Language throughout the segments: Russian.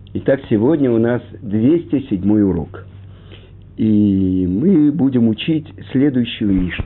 Итак, сегодня у нас 207 урок. И мы будем учить следующую Мишну.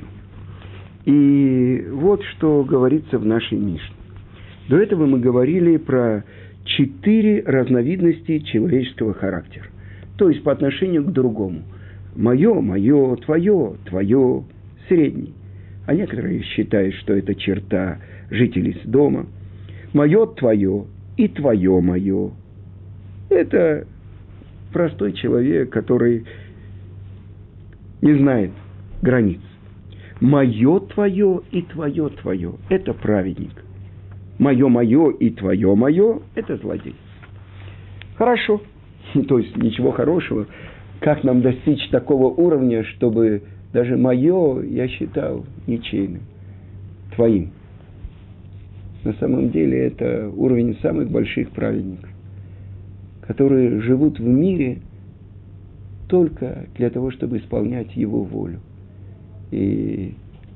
И вот что говорится в нашей Мишне. До этого мы говорили про 4 разновидности человеческого характера. То есть по отношению к другому. Мое, мое, твое, средний. А некоторые считают, что это черта жителей дома. Мое, твое и твое, мое. Это простой человек, который не знает границ. Мое твое и твое твое – это праведник. Мое и твое мое – это злодей. Хорошо. То есть ничего хорошего. Как нам достичь такого уровня, чтобы даже мое я считал ничейным, твоим? На самом деле это уровень самых больших праведников, которые живут в мире только для того, чтобы исполнять его волю. И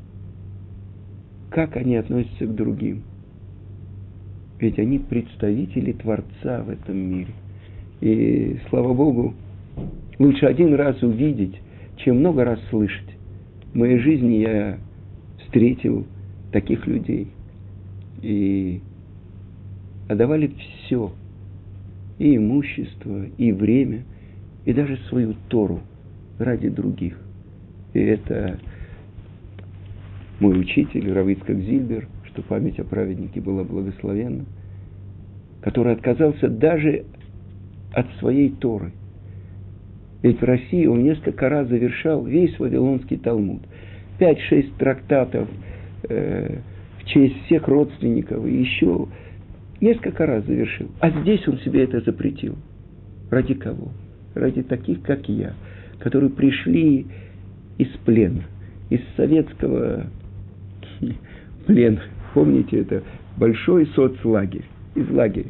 как они относятся к другим? Ведь они представители Творца в этом мире. И, слава Богу, лучше один раз увидеть, чем много раз слышать. В моей жизни я встретил таких людей. И отдавали все. И имущество, и время, и даже свою Тору ради других. И это мой учитель, Рав Ицхак Зильбер, что память о праведнике была благословенна, который отказался даже от своей Торы. Ведь в России он несколько раз завершал весь Вавилонский Талмуд. 5-6 трактатов в честь всех родственников, и еще несколько раз завершил. А здесь он себе это запретил. Ради кого? Ради таких, как я, которые пришли из плена, из советского плена. Помните, это большой соцлагерь, из лагеря.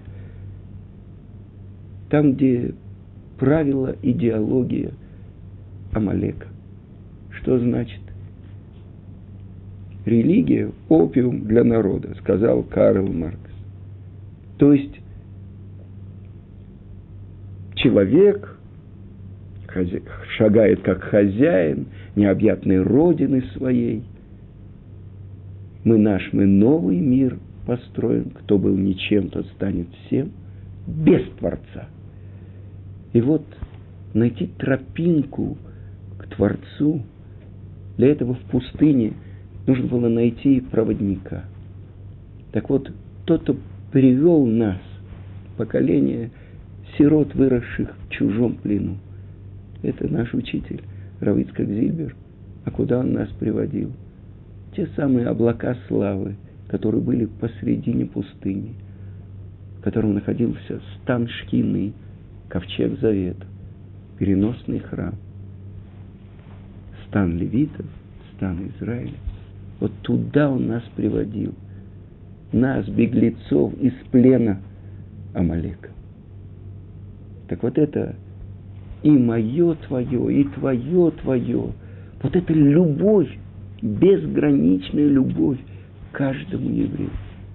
Там, где правила идеология Амалека. Что значит? Религия – опиум для народа, сказал Карл Маркс. То есть человек шагает как хозяин необъятной родины своей. Мы новый мир построим. Кто был ничем, тот станет всем. Без Творца. И вот найти тропинку к Творцу, для этого в пустыне нужно было найти проводника. Так вот, тот, кто привел нас, поколение сирот, выросших в чужом плену, это наш учитель Рав Ицхак Зильбер. А куда он нас приводил? Те самые облака славы, которые были посредине пустыни, в котором находился стан Шхины, ковчег Завета, переносный храм, стан левитов, стан Израиля. Вот туда он нас приводил. Нас, беглецов, из плена Амалека. Так вот это и мое твое, и твое твое. Вот это любовь, безграничная любовь к каждому еврею.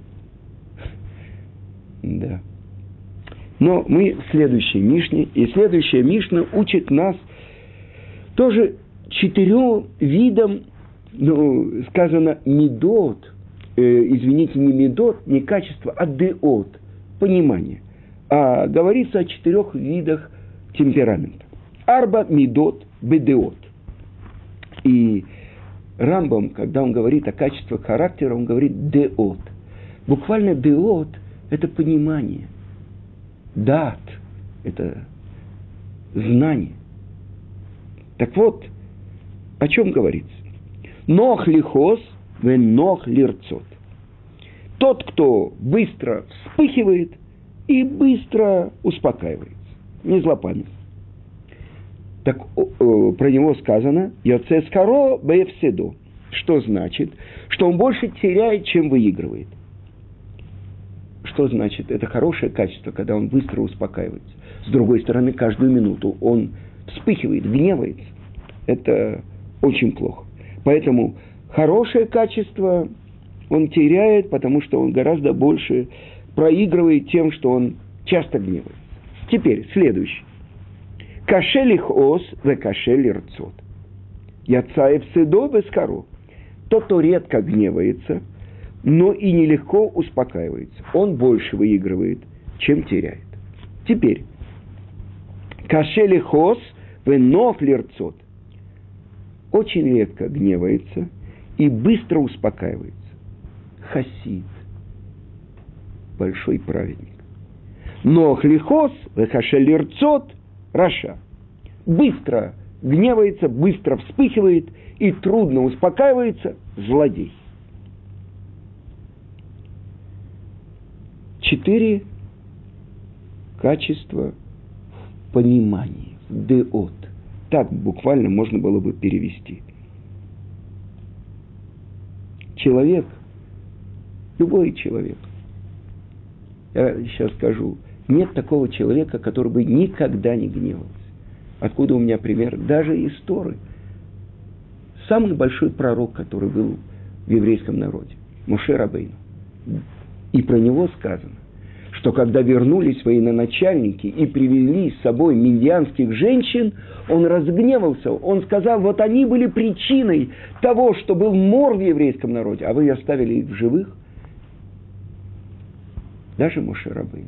Да. Но мы в следующей Мишне, и следующая Мишна учит нас тоже 4 видам, сказано медот, извините, не медот, не качество, а деот, понимание. А говорится о 4 видах темперамента. Арба медот бедеот. И Рамбам, когда он говорит о качествах характера, он говорит деот. Буквально деот – это понимание. Дат – это знание. Так вот, о чем говорится? Нох лихос, вен нох лирцот. Тот, кто быстро вспыхивает и быстро успокаивается. Не злопамятный. Так про него сказано «Йоцескаро бэевседо». Что значит? Что он больше теряет, чем выигрывает. Что значит? Это хорошее качество, когда он быстро успокаивается. С другой стороны, каждую минуту он вспыхивает, гневается. Это очень плохо. Поэтому хорошее качество он теряет, потому что он гораздо больше проигрывает тем, что он часто гневается. Теперь, следующий. Кашелих ос ве кашель рцот. Яцаев седо бескаро. Тот, кто редко гневается, но и нелегко успокаивается. Он больше выигрывает, чем теряет. Теперь. Кашелих ос ве нох лирцот. Очень редко гневается и быстро успокаивается. Хасид. Большой праведник. Нох лихос ве кашель лирцот раша. Быстро гневается, быстро вспыхивает и трудно успокаивается злодей. 4 качества понимания, деот. Так буквально можно было бы перевести. Человек, любой человек, я сейчас скажу, нет такого человека, который бы никогда не гневался. Откуда у меня пример? Даже из Торы. Самый большой пророк, который был в еврейском народе, Моше Рабейну. И про него сказано, что когда вернулись военачальники и привели с собой мидьянских женщин, он разгневался. Он сказал, вот они были причиной того, что был мор в еврейском народе, а вы оставили их в живых. Даже Моше Рабейну.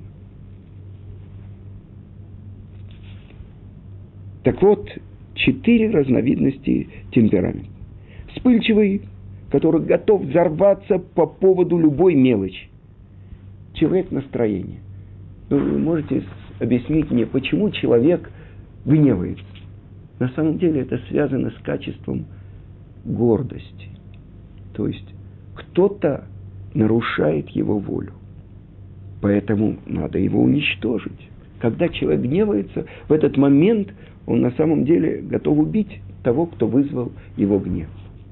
Так вот, 4 разновидности темперамента. Вспыльчивый, который готов взорваться по поводу любой мелочи. Человек настроения. Вы можете объяснить мне, почему человек гневается? На самом деле это связано с качеством гордости. То есть кто-то нарушает его волю. Поэтому надо его уничтожить. Когда человек гневается, в этот момент он на самом деле готов убить того, кто вызвал его гнев.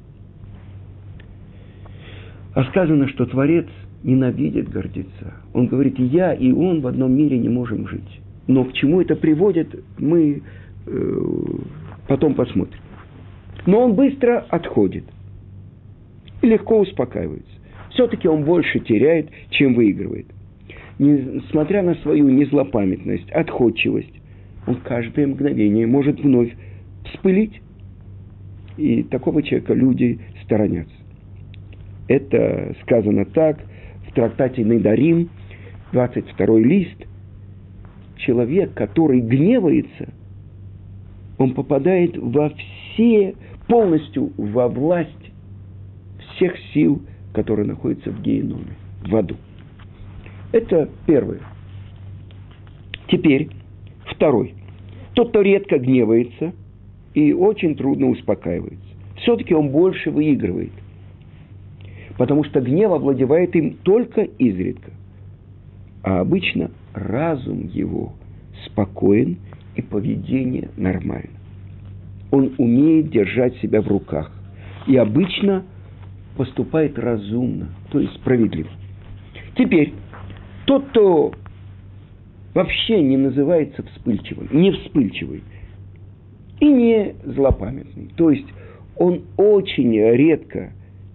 А сказано, что Творец ненавидит гордеца. Он говорит, и я, и он в одном мире не можем жить. Но к чему это приводит, мы потом посмотрим. Но он быстро отходит и легко успокаивается. Все-таки он больше теряет, чем выигрывает. Несмотря на свою незлопамятность, отходчивость, он каждое мгновение может вновь вспылить. И такого человека люди сторонятся. Это сказано так в трактате Недарим, 22 лист. Человек, который гневается, он попадает полностью во власть всех сил, которые находятся в геноме, в аду. Это первое. Теперь второй. Тот, кто редко гневается и очень трудно успокаивается. Все-таки он больше выигрывает. Потому что гнев овладевает им только изредка. А обычно разум его спокоен и поведение нормально. Он умеет держать себя в руках. И обычно поступает разумно, то есть справедливо. Теперь, тот, кто вообще не называется вспыльчивым, не вспыльчивый и не злопамятный, то есть он очень редко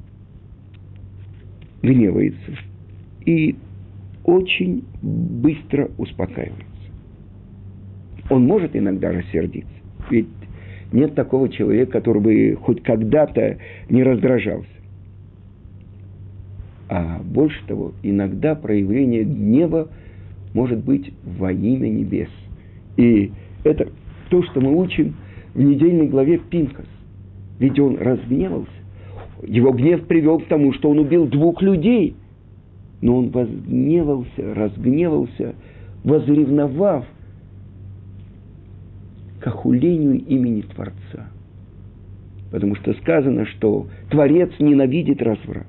гневается и очень быстро успокаивается. Он может иногда рассердиться, ведь нет такого человека, который бы хоть когда-то не раздражался. А больше того, иногда проявление гнева может быть во имя небес. И это то, что мы учим в недельной главе Пинхас. Ведь он разгневался. Его гнев привел к тому, что он убил 2 людей. Но он разгневался, возревновав к охулению имени Творца. Потому что сказано, что Творец ненавидит разврат.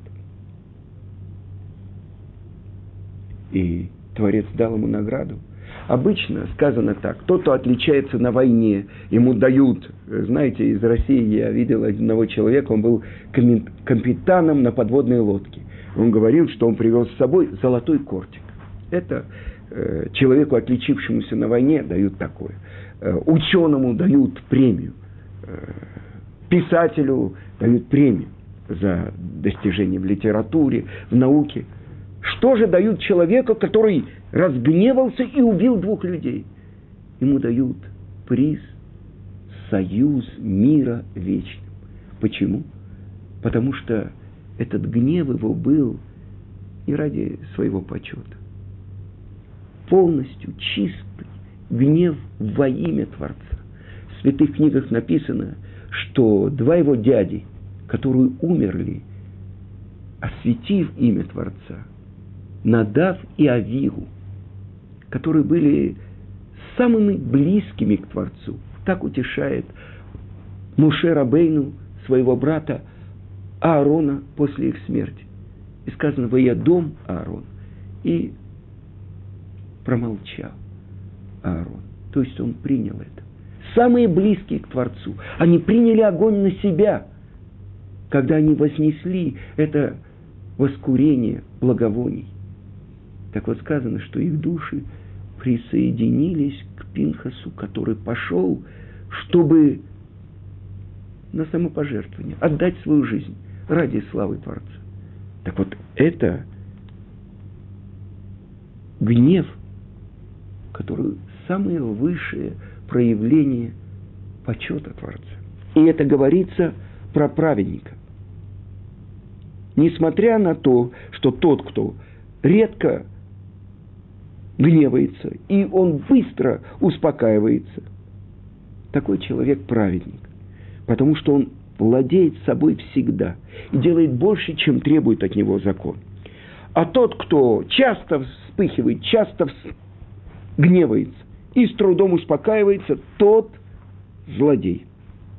И Творец дал ему награду. Обычно сказано так, тот, кто отличается на войне, ему дают, знаете, из России я видел одного человека, он был капитаном на подводной лодке. Он говорил, что он привез с собой золотой кортик. Это человеку, отличившемуся на войне, дают такое. Ученому дают премию. Писателю дают премию за достижения в литературе, в науке. Что же дают человеку, который разгневался и убил 2 людей? ему дают приз «Союз мира вечным». Почему? Потому что этот гнев его был не ради своего почета. Полностью чистый гнев во имя Творца. В святых книгах написано, что два его дяди, которые умерли, осветив имя Творца, Надав и Авигу, которые были самыми близкими к Творцу. Так утешает Моше Рабейну своего брата Аарона после их смерти. И сказано: «Ваядом Аарон». И промолчал Аарон. То есть он принял это. Самые близкие к Творцу. Они приняли огонь на себя, когда они вознесли это воскурение благовоний. Так вот сказано, что их души присоединились к Пинхасу, который пошел, чтобы на самопожертвование отдать свою жизнь ради славы Творца. Так вот, это гнев, который самое высшее проявление почета Творца. И это говорится про праведника. Несмотря на то, что тот, кто редко гневается, и он быстро успокаивается, такой человек праведник, потому что он владеет собой всегда и делает больше, чем требует от него закон. А тот, кто часто вспыхивает, часто гневается и с трудом успокаивается, тот злодей.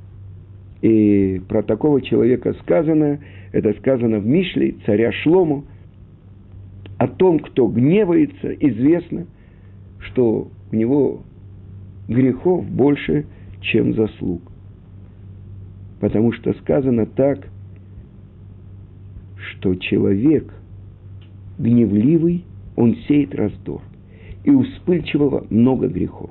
И про такого человека сказано, это сказано в Мишле царя Шлому, о том, кто гневается, известно, что у него грехов больше, чем заслуг. Потому что сказано так, что человек гневливый, он сеет раздор, и у вспыльчивого много грехов.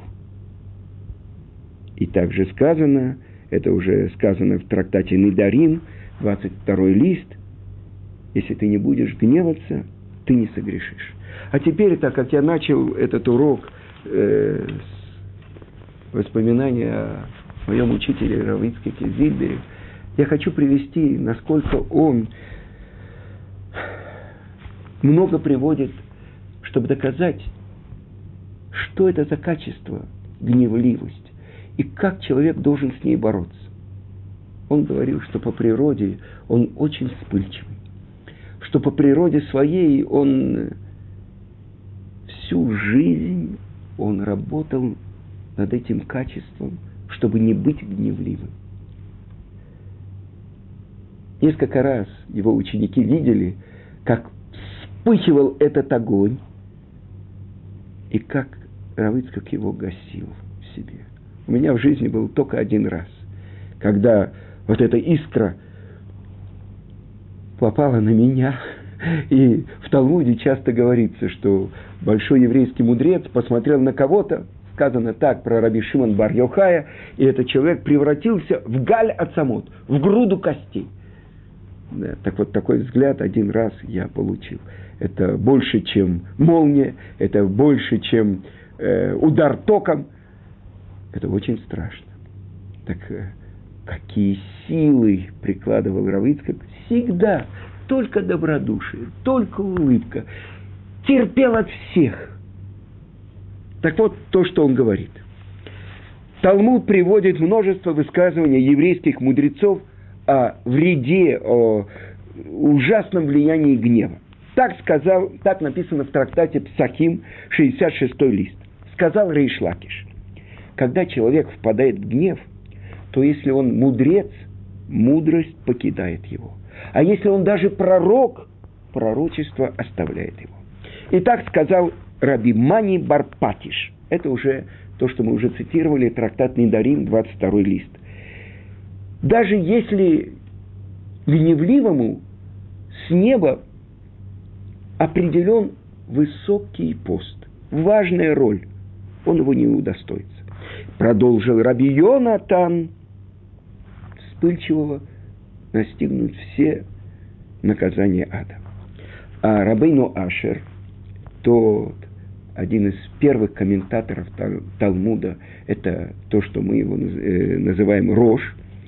И также сказано, это уже сказано в трактате Недарим, 22 лист, если ты не будешь гневаться, ты не согрешишь. А теперь, так как я начал этот урок с воспоминания о моем учителе Раве Ицхаке Зильбере, я хочу привести, насколько он много приводит, чтобы доказать, что это за качество гневливость и как человек должен с ней бороться. Он говорил, что по природе он очень вспыльчивый, что по природе своей он всю жизнь он работал над этим качеством, чтобы не быть гневливым. Несколько раз его ученики видели, как вспыхивал этот огонь, и как Рав Ицхак его гасил в себе. У меня в жизни был только один раз, когда вот эта искра попала на меня, и в Талмуде часто говорится, что большой еврейский мудрец посмотрел на кого-то, сказано так про Раби Шимон бар Йохая, и этот человек превратился в галь ацамот, в груду костей. Да, так вот, такой взгляд один раз я получил. Это больше, чем молния, это больше, чем удар током. Это очень страшно. Так какие силы прикладывал Рав Ицхак? Всегда только добродушие, только улыбка. Терпел от всех. Так вот, то, что он говорит. Талмуд приводит множество высказываний еврейских мудрецов о вреде, о ужасном влиянии гнева. Так написано в трактате Псахим, 66 лист. Сказал Рейш Лакиш: когда человек впадает в гнев, то если он мудрец, мудрость покидает его. А если он даже пророк, пророчество оставляет его. И так сказал Раби Мани бар Патиш. Это уже то, что мы уже цитировали, трактат Недарим, 22 лист. Даже если гневливому с неба определен высокий пост, важная роль, он его не удостоится. Продолжил Раби Йонатан: вспыльчивого настигнут все наказания ада. А Рабейну Ашер, тот один из первых комментаторов Талмуда, это то, что мы его называем Рош,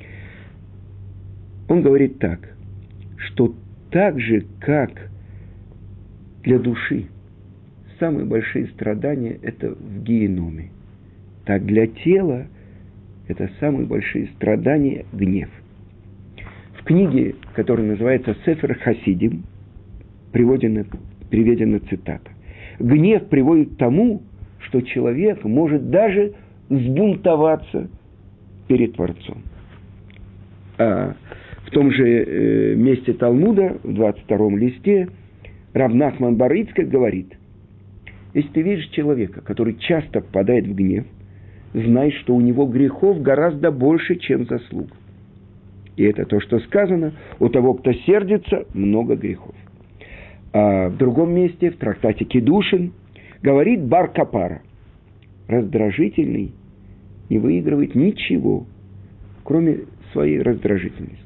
он говорит так, что так же, как для души самые большие страдания – это в геноме, так для тела это самые большие страдания – гнев. В книге, которая называется «Сефер Хасидим», приведена цитата. Гнев приводит к тому, что человек может даже взбунтоваться перед Творцом. А в том же месте Талмуда, в 22-м листе, Рав Нахман бар Ицхак говорит, если ты видишь человека, который часто впадает в гнев, знай, что у него грехов гораздо больше, чем заслуг. И это то, что сказано, у того, кто сердится, много грехов. А в другом месте, в трактате Кедушин, говорит бар Капара, раздражительный не выигрывает ничего, кроме своей раздражительности.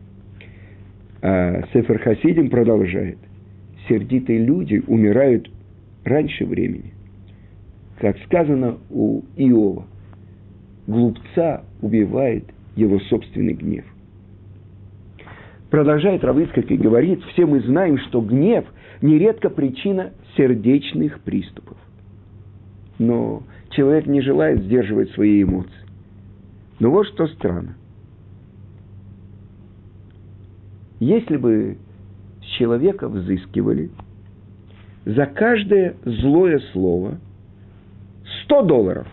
А Сефер Хасидим продолжает, сердитые люди умирают раньше времени. Как сказано у Иова, глупца убивает его собственный гнев. Продолжает Рав Ицхак и говорит, все мы знаем, что гнев нередко причина сердечных приступов. Но человек не желает сдерживать свои эмоции. Но вот что странно. Если бы с человека взыскивали за каждое злое слово $100,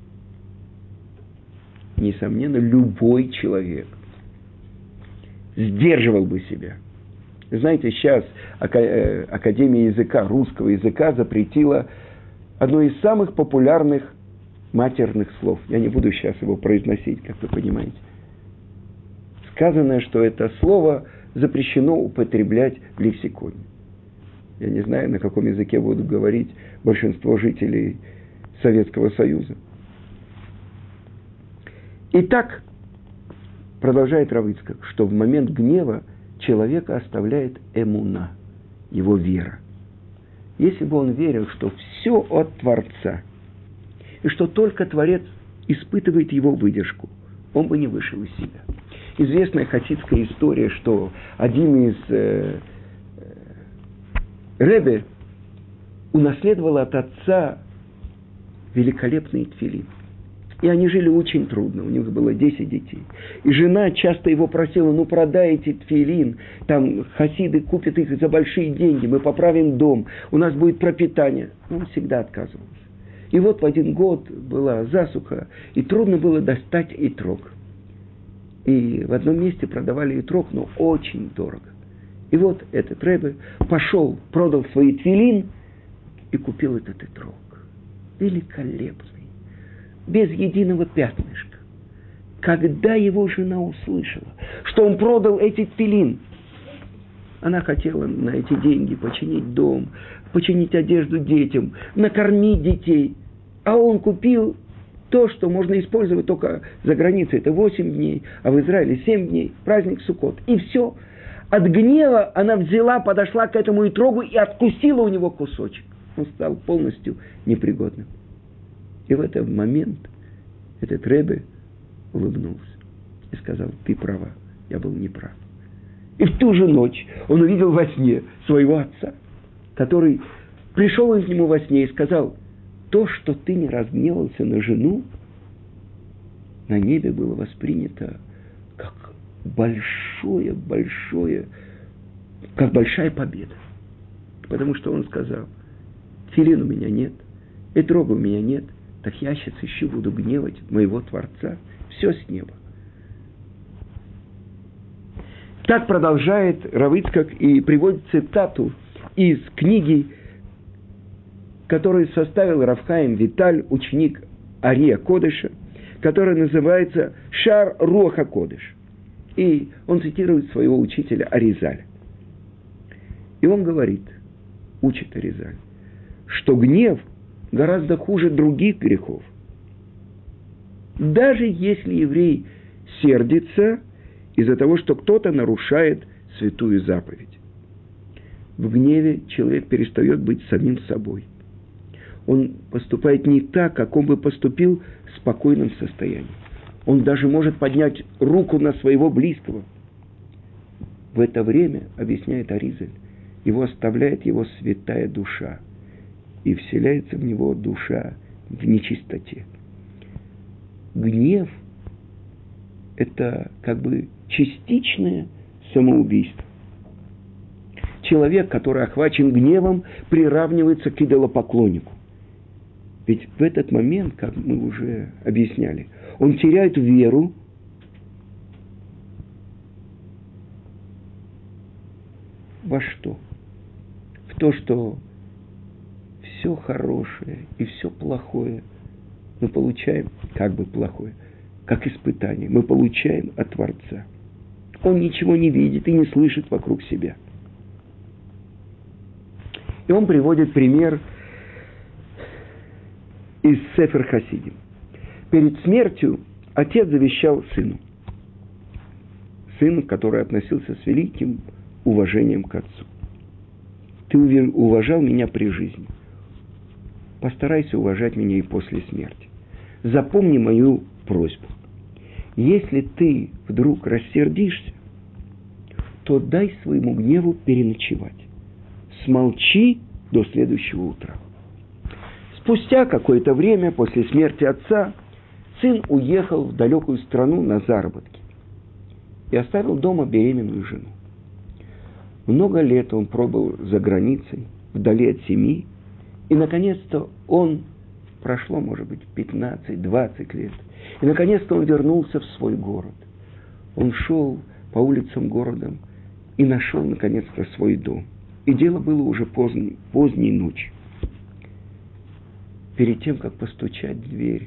несомненно, любой человек сдерживал бы себя. Знаете, сейчас Академия языка, русского языка запретила одно из самых популярных матерных слов. Я не буду сейчас его произносить, как вы понимаете. Сказано, что это слово запрещено употреблять в лексиконе. Я не знаю, на каком языке будут говорить большинство жителей Советского Союза. Итак, продолжает Рав Ицхак, что в момент гнева человека оставляет эмуна, его вера. Если бы он верил, что все от Творца, и что только Творец испытывает его выдержку, он бы не вышел из себя. Известная хасидская история, что один из Ребе унаследовал от отца великолепный тфилин. И они жили очень трудно, у них было 10 детей. И жена часто его просила, продай эти тфилин, там хасиды купят их за большие деньги, мы поправим дом, у нас будет пропитание. Он всегда отказывался. И вот в один год была засуха, и трудно было достать итрог. И в одном месте продавали итрог, но очень дорого. И вот этот Ребе пошел, продал свои тфилин и купил этот итрог. Великолепный. Без единого пятнышка. Когда его жена услышала, что он продал эти тфилин, она хотела на эти деньги починить дом, починить одежду детям, накормить детей. А он купил то, что можно использовать только за границей. Это 8 дней, а в Израиле 7 дней, праздник Суккот. И все. От гнева она взяла, подошла к этому итрогу и откусила у него кусочек. Он стал полностью непригодным. И в этот момент этот Ребе улыбнулся и сказал, ты права, я был неправ. И в ту же ночь он увидел во сне своего отца, который пришел к нему во сне и сказал, то, что ты не разгневался на жену, на небе было воспринято как большая победа. Потому что он сказал, тфилин у меня нет, итрога у меня нет, так я сейчас еще буду гневать моего Творца. Все с неба. Так продолжает Рав Ицхак и приводит цитату из книги, которую составил Рав Хаим Виталь, ученик Ария Кодыша, которая называется «Шар Руаха Кодыш». И он цитирует своего учителя Аризаля. И он говорит, учит Аризаль, что гнев гораздо хуже других грехов. Даже если еврей сердится из-за того, что кто-то нарушает святую заповедь. В гневе человек перестает быть самим собой. Он поступает не так, как он бы поступил в спокойном состоянии. Он даже может поднять руку на своего близкого. В это время, объясняет Аризаль, его оставляет его святая душа. И вселяется в него душа в нечистоте. Гнев – это как бы частичное самоубийство. Человек, который охвачен гневом, приравнивается к идолопоклоннику. Ведь в этот момент, как мы уже объясняли, он теряет веру во что? В то, что все хорошее и все плохое мы получаем, как бы плохое, как испытание, мы получаем от Творца. Он ничего не видит и не слышит вокруг себя. И он приводит пример из Сефер Хасидим. Перед смертью отец завещал сыну. Сын, который относился с великим уважением к отцу. Ты уважал меня при жизни. Постарайся уважать меня и после смерти. Запомни мою просьбу. Если ты вдруг рассердишься, то дай своему гневу переночевать. Смолчи до следующего утра. Спустя какое-то время после смерти отца сын уехал в далекую страну на заработки и оставил дома беременную жену. Много лет он пробыл за границей, вдали от семьи, и, наконец-то, прошло, может быть, 15-20 лет, и, наконец-то, он вернулся в свой город. Он шел по улицам города и нашел, наконец-то, свой дом. И дело было уже поздней ночью. Перед тем, как постучать в дверь,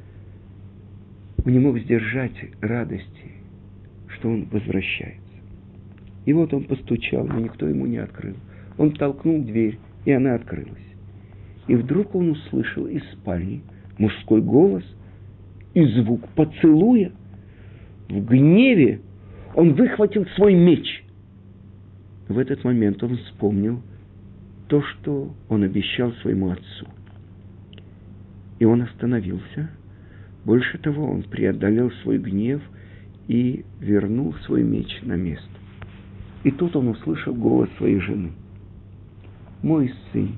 он не мог сдержать радости, что он возвращается. И вот он постучал, но никто ему не открыл. Он толкнул дверь, и она открылась. И вдруг он услышал из спальни мужской голос и звук поцелуя. В гневе он выхватил свой меч. В этот момент он вспомнил то, что он обещал своему отцу. И он остановился. Больше того, он преодолел свой гнев и вернул свой меч на место. И тут он услышал голос своей жены. «Мой сын,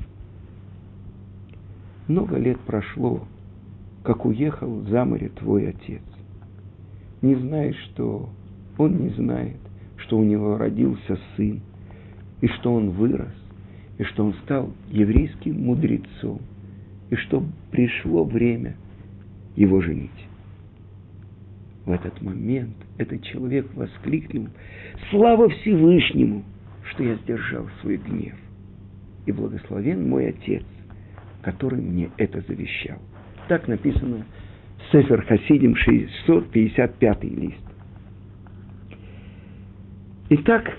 много лет прошло, как уехал за море твой отец. Не знаешь, что он не знает, что у него родился сын, и что он вырос, и что он стал еврейским мудрецом, и что пришло время его женить». В этот момент этот человек воскликнул: «Слава Всевышнему, что я сдержал свой гнев, и благословен мой отец, который мне это завещал». Так написано в Сефер Хасидим, 655 лист. Итак,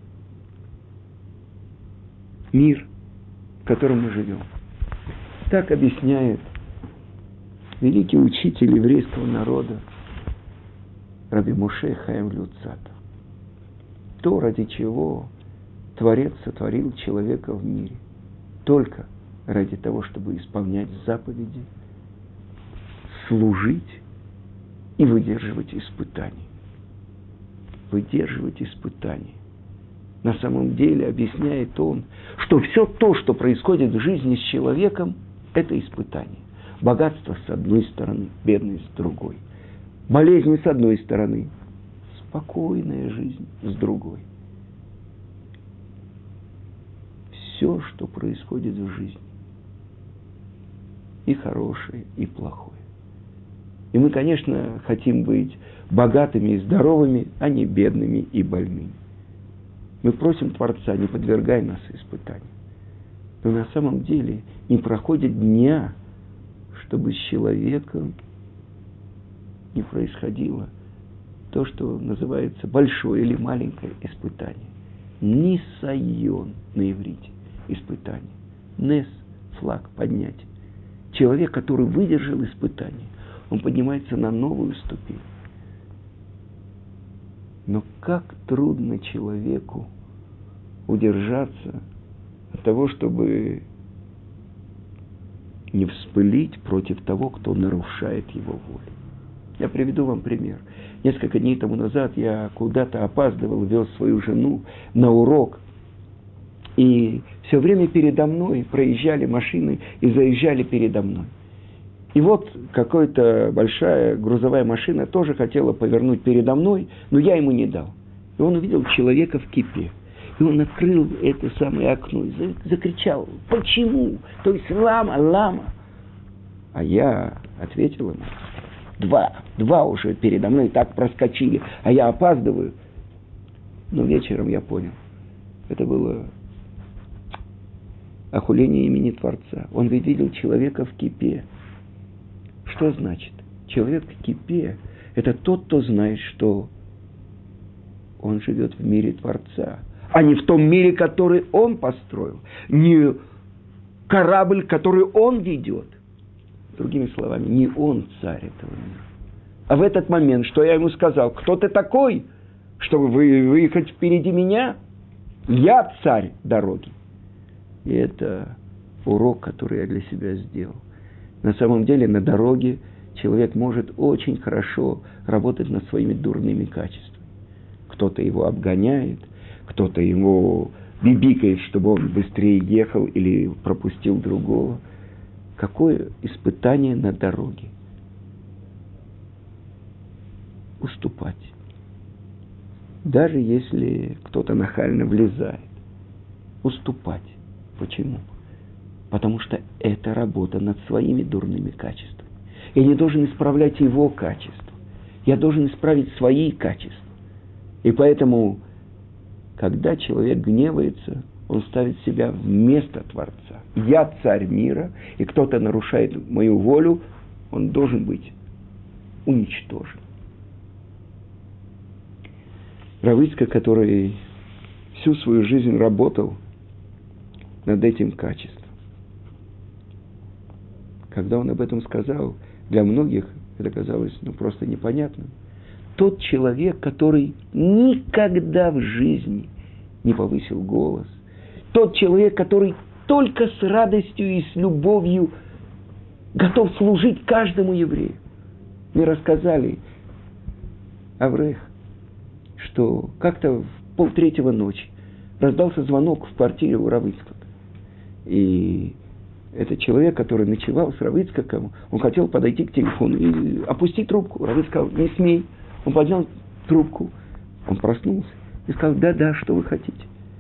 мир, в котором мы живем, так объясняет великий учитель еврейского народа Раби Моше Хаим Люцату. То, ради чего Творец сотворил человека в мире, только ради того, чтобы исполнять заповеди, служить и выдерживать испытания. Выдерживать испытания. На самом деле, объясняет он, что все то, что происходит в жизни с человеком, это испытание. Богатство с одной стороны, бедность с другой. Болезни с одной стороны, спокойная жизнь с другой. Все, что происходит в жизни, и хорошее, и плохое. И мы, конечно, хотим быть богатыми и здоровыми, а не бедными и больными. Мы просим Творца: не подвергай нас испытаниям. Но на самом деле не проходит дня, чтобы с человеком не происходило то, что называется большое или маленькое испытание. Нисайон на иврите. Испытание. Нес, флаг поднять. Человек, который выдержал испытание, он поднимается на новую ступень. Но как трудно человеку удержаться от того, чтобы не вспылить против того, кто нарушает его волю. Я приведу вам пример. Несколько дней тому назад я куда-то опаздывал, вез свою жену на урок. И все время передо мной проезжали машины и заезжали передо мной. И вот какая-то большая грузовая машина тоже хотела повернуть передо мной, но я ему не дал. И он увидел человека в кипе. И он открыл это самое окно и закричал: «Почему? То есть лама». А я ответил ему: Два уже передо мной так проскочили, а я опаздываю. Но вечером я понял, это было охуление имени Творца. Он ведь видел человека в кипе. Что значит? Человек в кипе – это тот, кто знает, что он живет в мире Творца, а не в том мире, который он построил, не корабль, который он ведет. Другими словами, не он царь этого мира. А в этот момент, что я ему сказал: кто ты такой, чтобы выехать впереди меня? Я царь дороги. И это урок, который я для себя сделал. На самом деле на дороге человек может очень хорошо работать над своими дурными качествами. Кто-то его обгоняет, кто-то его бибикает, чтобы он быстрее ехал или пропустил другого. Какое испытание на дороге? Уступать. Даже если кто-то нахально влезает. Уступать. Почему? Потому что это работа над своими дурными качествами. Я не должен исправлять его качества. Я должен исправить свои качества. И поэтому, когда человек гневается, он ставит себя вместо Творца. Я царь мира, и кто-то нарушает мою волю, он должен быть уничтожен. Рав Ицхак, который всю свою жизнь работал над этим качеством, когда он об этом сказал, для многих это казалось просто непонятным. Тот человек, который никогда в жизни не повысил голос, тот человек, который только с радостью и с любовью готов служить каждому еврею. Мне рассказали, Аврех, что как-то в 2:30 ночи раздался звонок в квартире у Рава Ицхака. И этот человек, который ночевал с Рав Ицхаком, он хотел подойти к телефону и опустить трубку. Рав Ицхак сказал: не смей. Он поднял трубку, он проснулся и сказал: да, что вы хотите?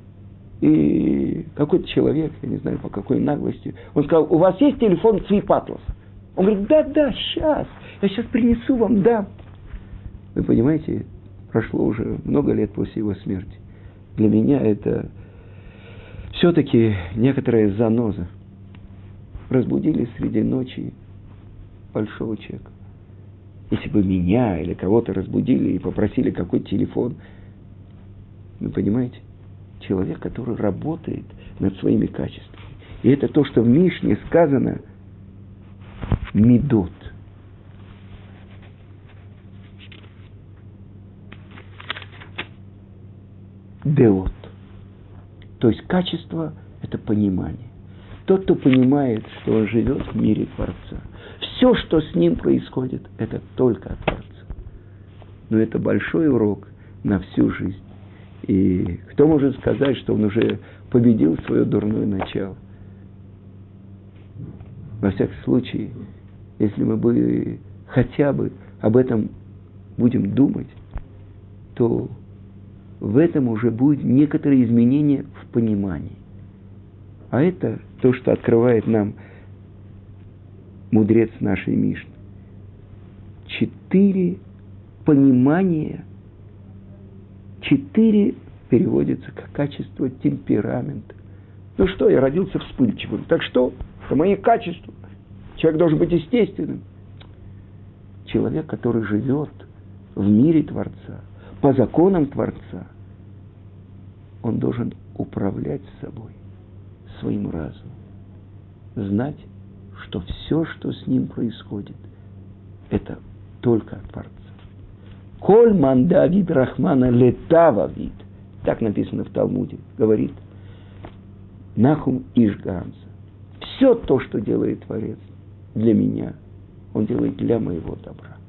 И какой-то человек, я не знаю по какой наглости, он сказал: у вас есть телефон Цвипатлов? Он говорит: да, сейчас, я сейчас принесу вам, да. Вы понимаете, прошло уже много лет после его смерти. Для меня это все-таки некоторая заноза. Разбудили среди ночи большого человека. Если бы меня или кого-то разбудили и попросили какой-то телефон, вы понимаете, человек, который работает над своими качествами. И это то, что в Мишне сказано «мидот». «Деот». То есть качество – это понимание. Тот, кто понимает, что он живет в мире Творца. Все, что с ним происходит, это только от Творца. Но это большой урок на всю жизнь. И кто может сказать, что он уже победил свое дурное начало? Во всяком случае, если мы бы хотя бы об этом будем думать, то в этом уже будут некоторые изменения в понимании. А это то, что открывает нам мудрец нашей Мишны. 4 понимания, 4 переводится как качество темперамента. Ну что, я родился вспыльчивым. Так что? Это мои качества. Человек должен быть естественным. Человек, который живет в мире Творца, по законам Творца, он должен управлять собой, своим разумом. Знать, что все, что с ним происходит, это только от Творца. Коль ман Давид Рахмана летава вид. Так написано в Талмуде. Говорит Нахум Иш Гаамса. Все то, что делает Творец для меня, Он делает для моего добра.